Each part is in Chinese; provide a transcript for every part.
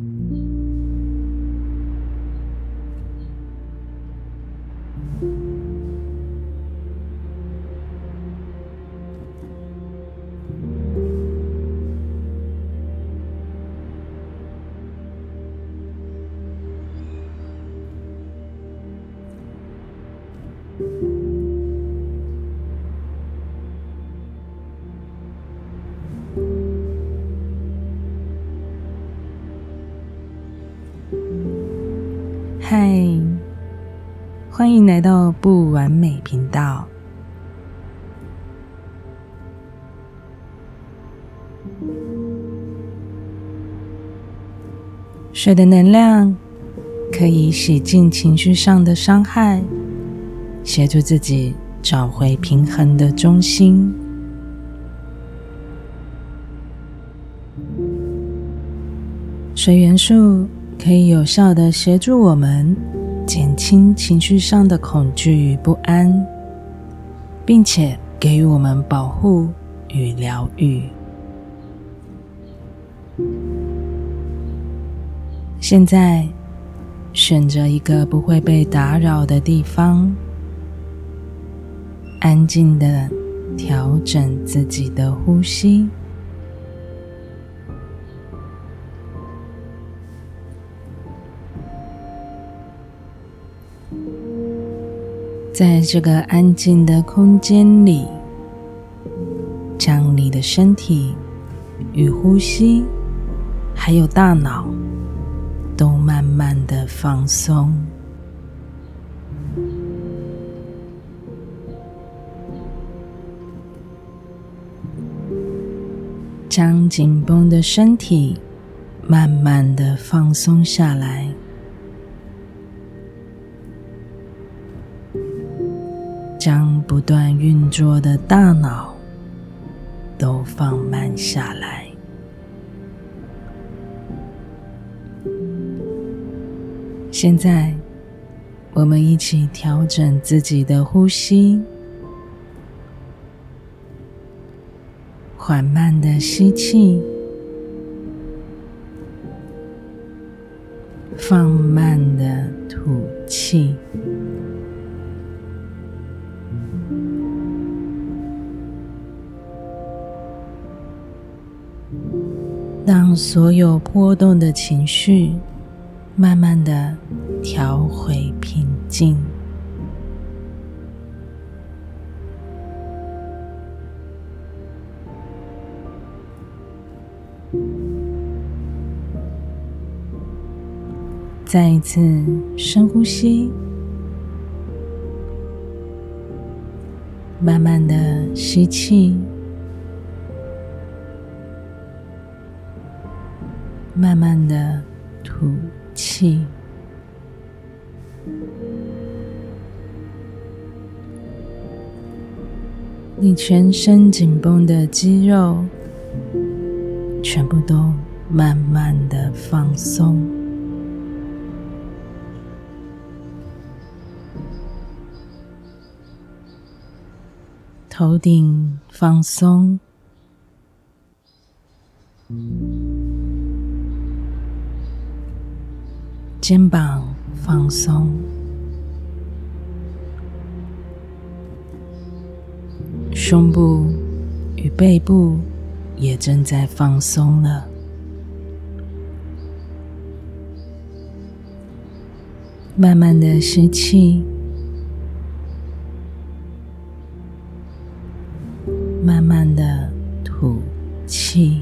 嗨，欢迎来到不完美频道。水的能量可以洗净情绪上的伤害，协助自己找回平衡的中心。水元素可以有效地协助我们减轻情绪上的恐惧与不安，并且给予我们保护与疗愈。现在，选择一个不会被打扰的地方，安静地调整自己的呼吸。在这个安静的空间里，将你的身体与呼吸还有大脑都慢慢的放松，将紧绷的身体慢慢的放松下来，将不断运作的大脑都放慢下来。现在，我们一起调整自己的呼吸，缓慢的吸气，放慢的吐气。让所有波动的情绪慢慢的调回平静。再一次深呼吸，慢慢的吸气，慢慢的吐气。你全身紧绷的肌肉全部都慢慢的放松，头顶放松，肩膀放松，胸部与背部也正在放松了。慢慢的吸气，慢慢的吐气。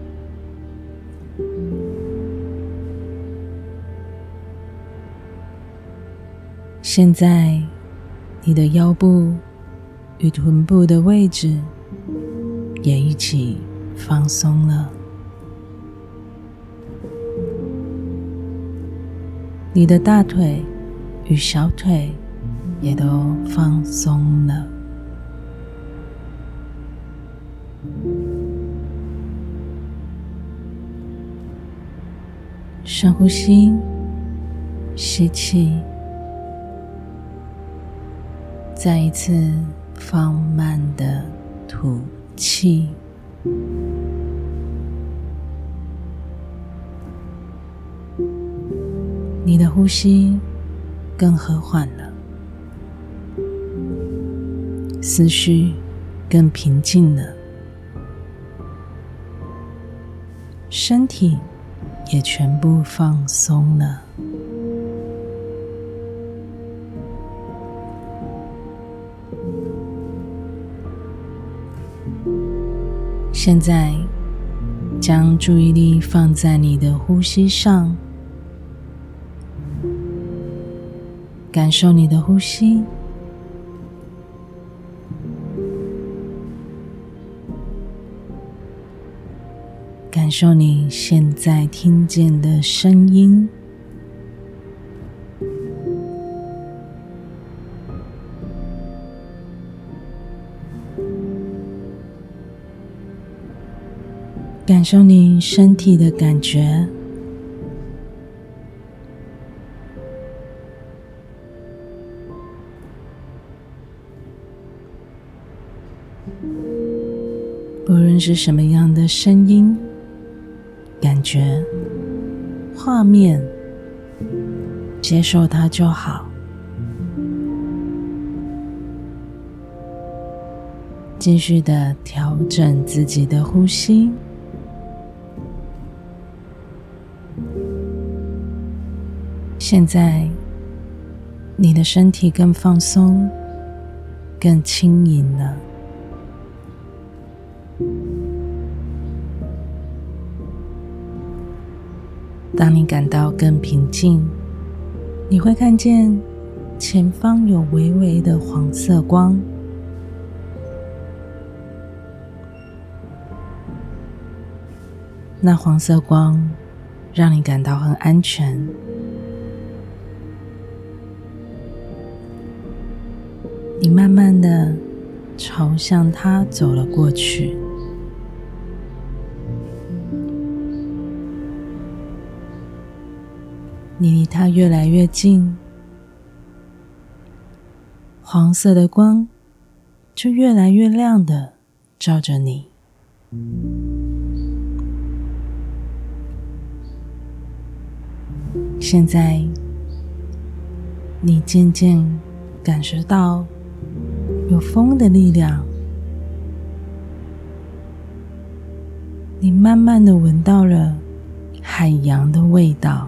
现在，你的腰部与臀部的位置也一起放松了。你的大腿与小腿也都放松了。深呼吸，吸气，再一次放慢的吐气。 你的呼吸更和缓了，思绪更平静了，身体也全部放松了。现在将注意力放在你的呼吸上，感受你的呼吸，感受你现在听见的声音，感受你身体的感觉，无论是什么样的声音、感觉、画面，接受它就好。继续的调整自己的呼吸，现在你的身体更放松，更轻盈了。当你感到更平静，你会看见前方有微微的黄色光，那黄色光让你感到很安全。你慢慢的朝向它走了过去，你离它越来越近，黄色的光就越来越亮的照着你。现在你渐渐感受到有风的力量，你慢慢的闻到了海洋的味道。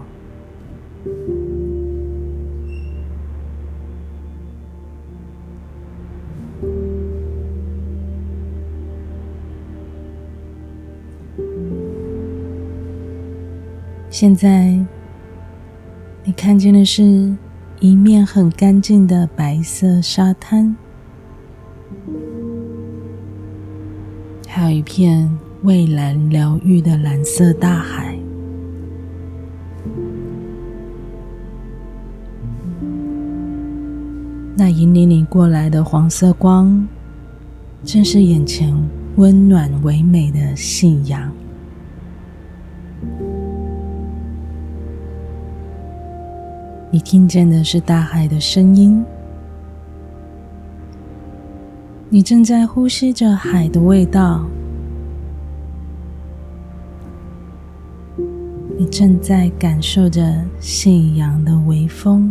现在你看见的是一面很干净的白色沙滩，还有一片蔚蓝疗愈的蓝色大海。那引领你过来的黄色光，正是眼前温暖唯美的夕阳。你听见的是大海的声音，你正在呼吸着海的味道，你正在感受着夕阳的微风。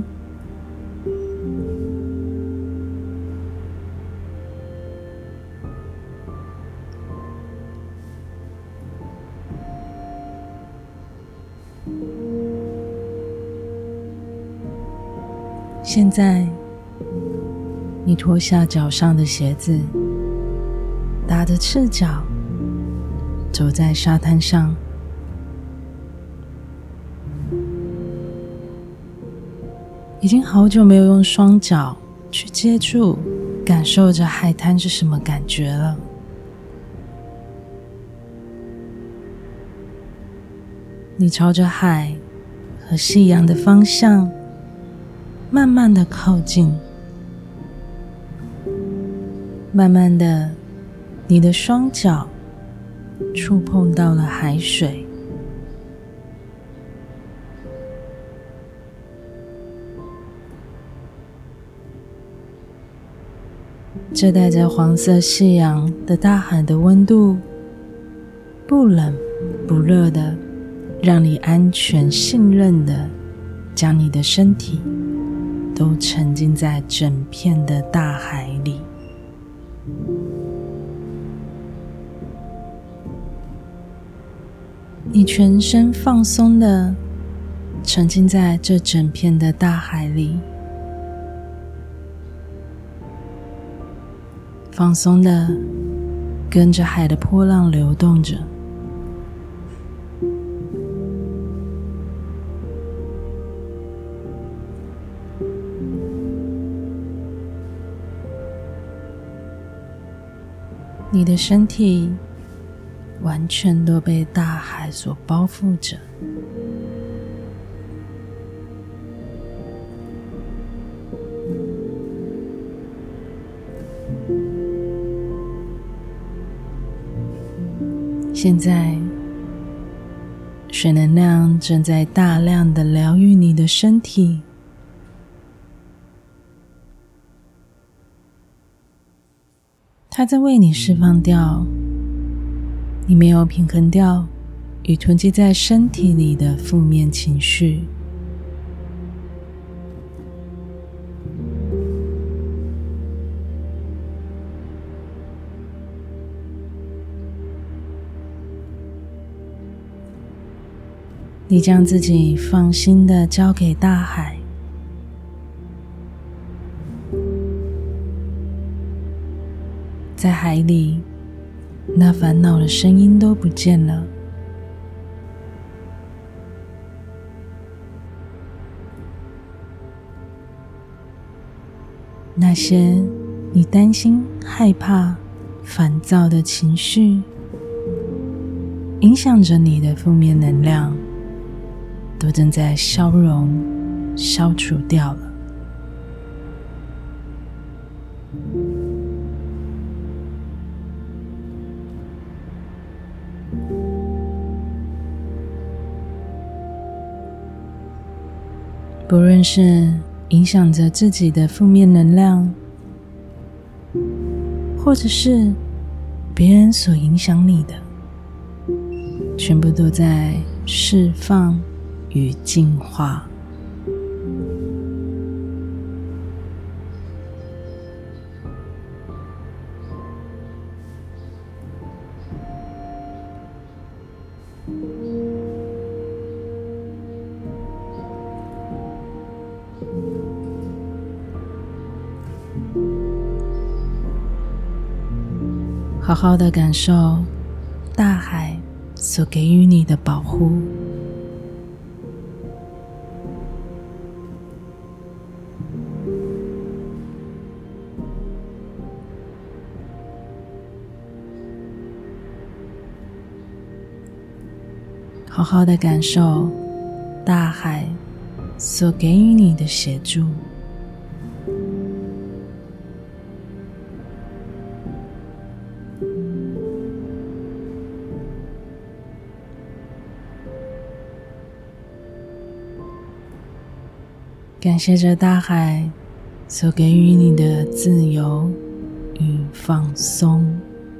现在你脱下脚上的鞋子，打着赤脚走在沙滩上，已经好久没有用双脚去接触感受着海滩是什么感觉了。你朝着海和夕阳的方向慢慢的靠近，慢慢的，你的双脚触碰到了海水，这带着黄色夕阳的大海的温度，不冷不热的，让你安全信任的将你的身体都沉浸在整片的大海里。你全身放松的沉浸在这整片的大海里，放松的跟着海的波浪流动着。你的身体完全都被大海所包覆着。现在，水能量正在大量的疗愈你的身体，它在为你释放掉你没有平衡掉与囤积在身体里的负面情绪。你将自己放心地交给大海，在海里，那烦恼的声音都不见了。那些你担心、害怕、烦躁的情绪，影响着你的负面能量，都正在消融、消除掉了。不论是影响着自己的负面能量，或者是别人所影响你的，全部都在释放与净化。好好的感受大海所给予你的保护。好好的感受大海所给予你的协助。感谢着大海所给予你的自由与放松。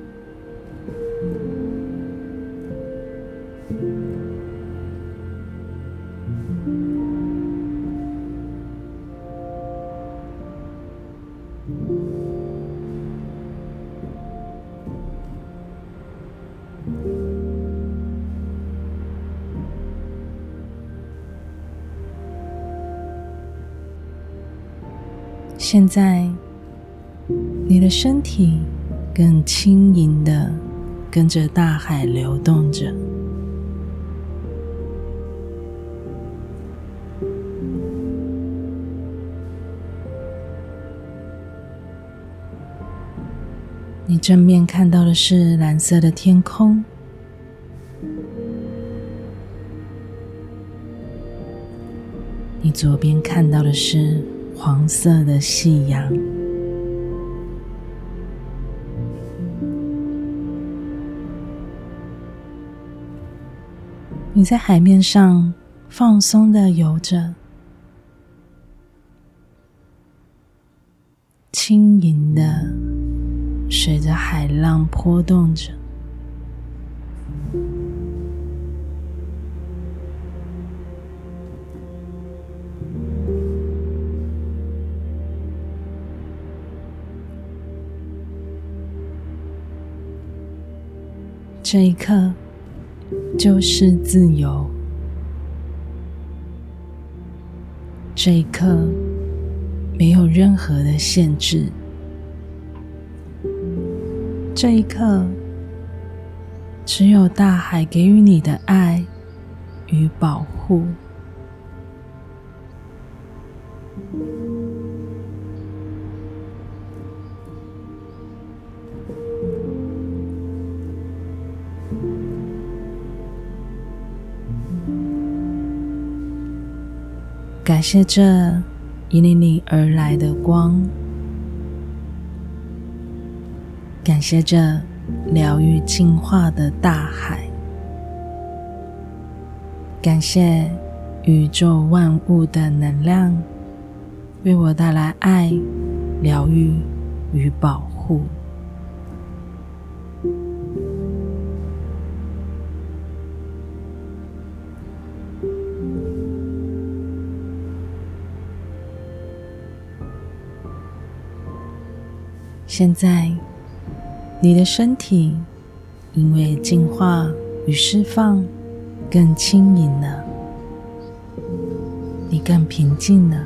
现在，你的身体更轻盈地跟着大海流动着。你正面看到的是蓝色的天空，你左边看到的是黄色的夕阳。你在海面上放松地游着，轻盈地随着海浪波动着。 这一刻就是自由，这一刻没有任何的限制，这一刻只有大海给予你的爱与保护。感谢这引领你而来的光，感谢这疗愈净化的大海，感谢宇宙万物的能量为我带来爱、疗愈与保护。现在，你的身体因为净化与释放更轻盈了，你更平静了。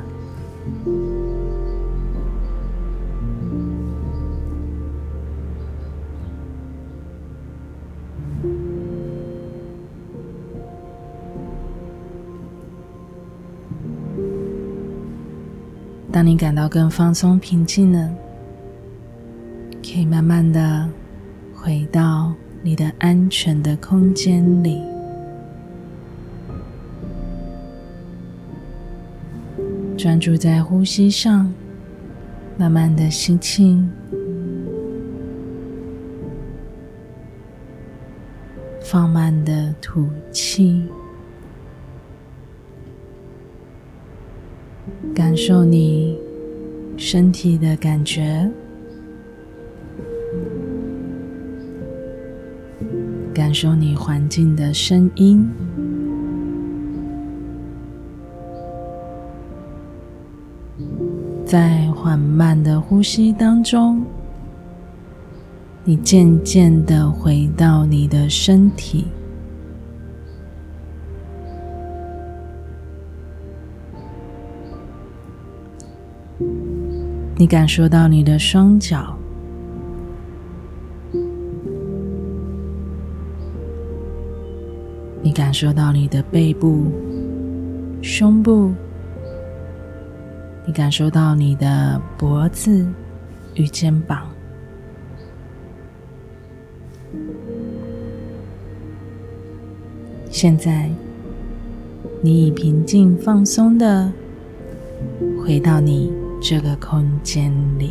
当你感到更放松、平静了，可以慢慢的回到你的安全的空间里，专注在呼吸上，慢慢的吸气，放慢的吐气，感受你身体的感觉，感受你环境的声音，在缓慢的呼吸当中，你渐渐地回到你的身体，你感受到你的双脚，你感受到你的背部、胸部，你感受到你的脖子与肩膀。现在，你已平静放松地回到你这个空间里。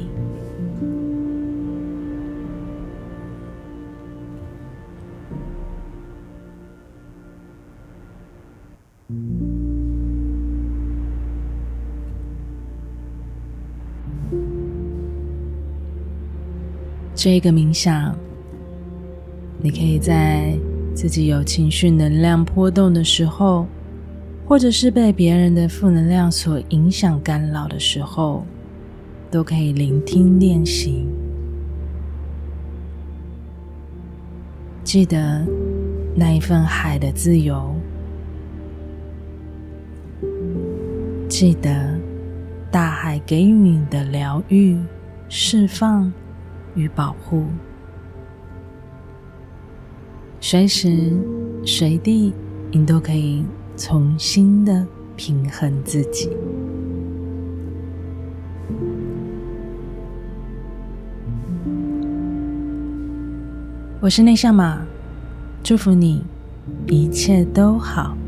这个冥想，你可以在自己有情绪能量波动的时候，或者是被别人的负能量所影响干扰的时候，都可以聆听练习。记得那一份海的自由，记得大海给予你的疗愈、释放与保护。随时随地，你都可以重新的平衡自己。我是内向马，祝福你一切都好。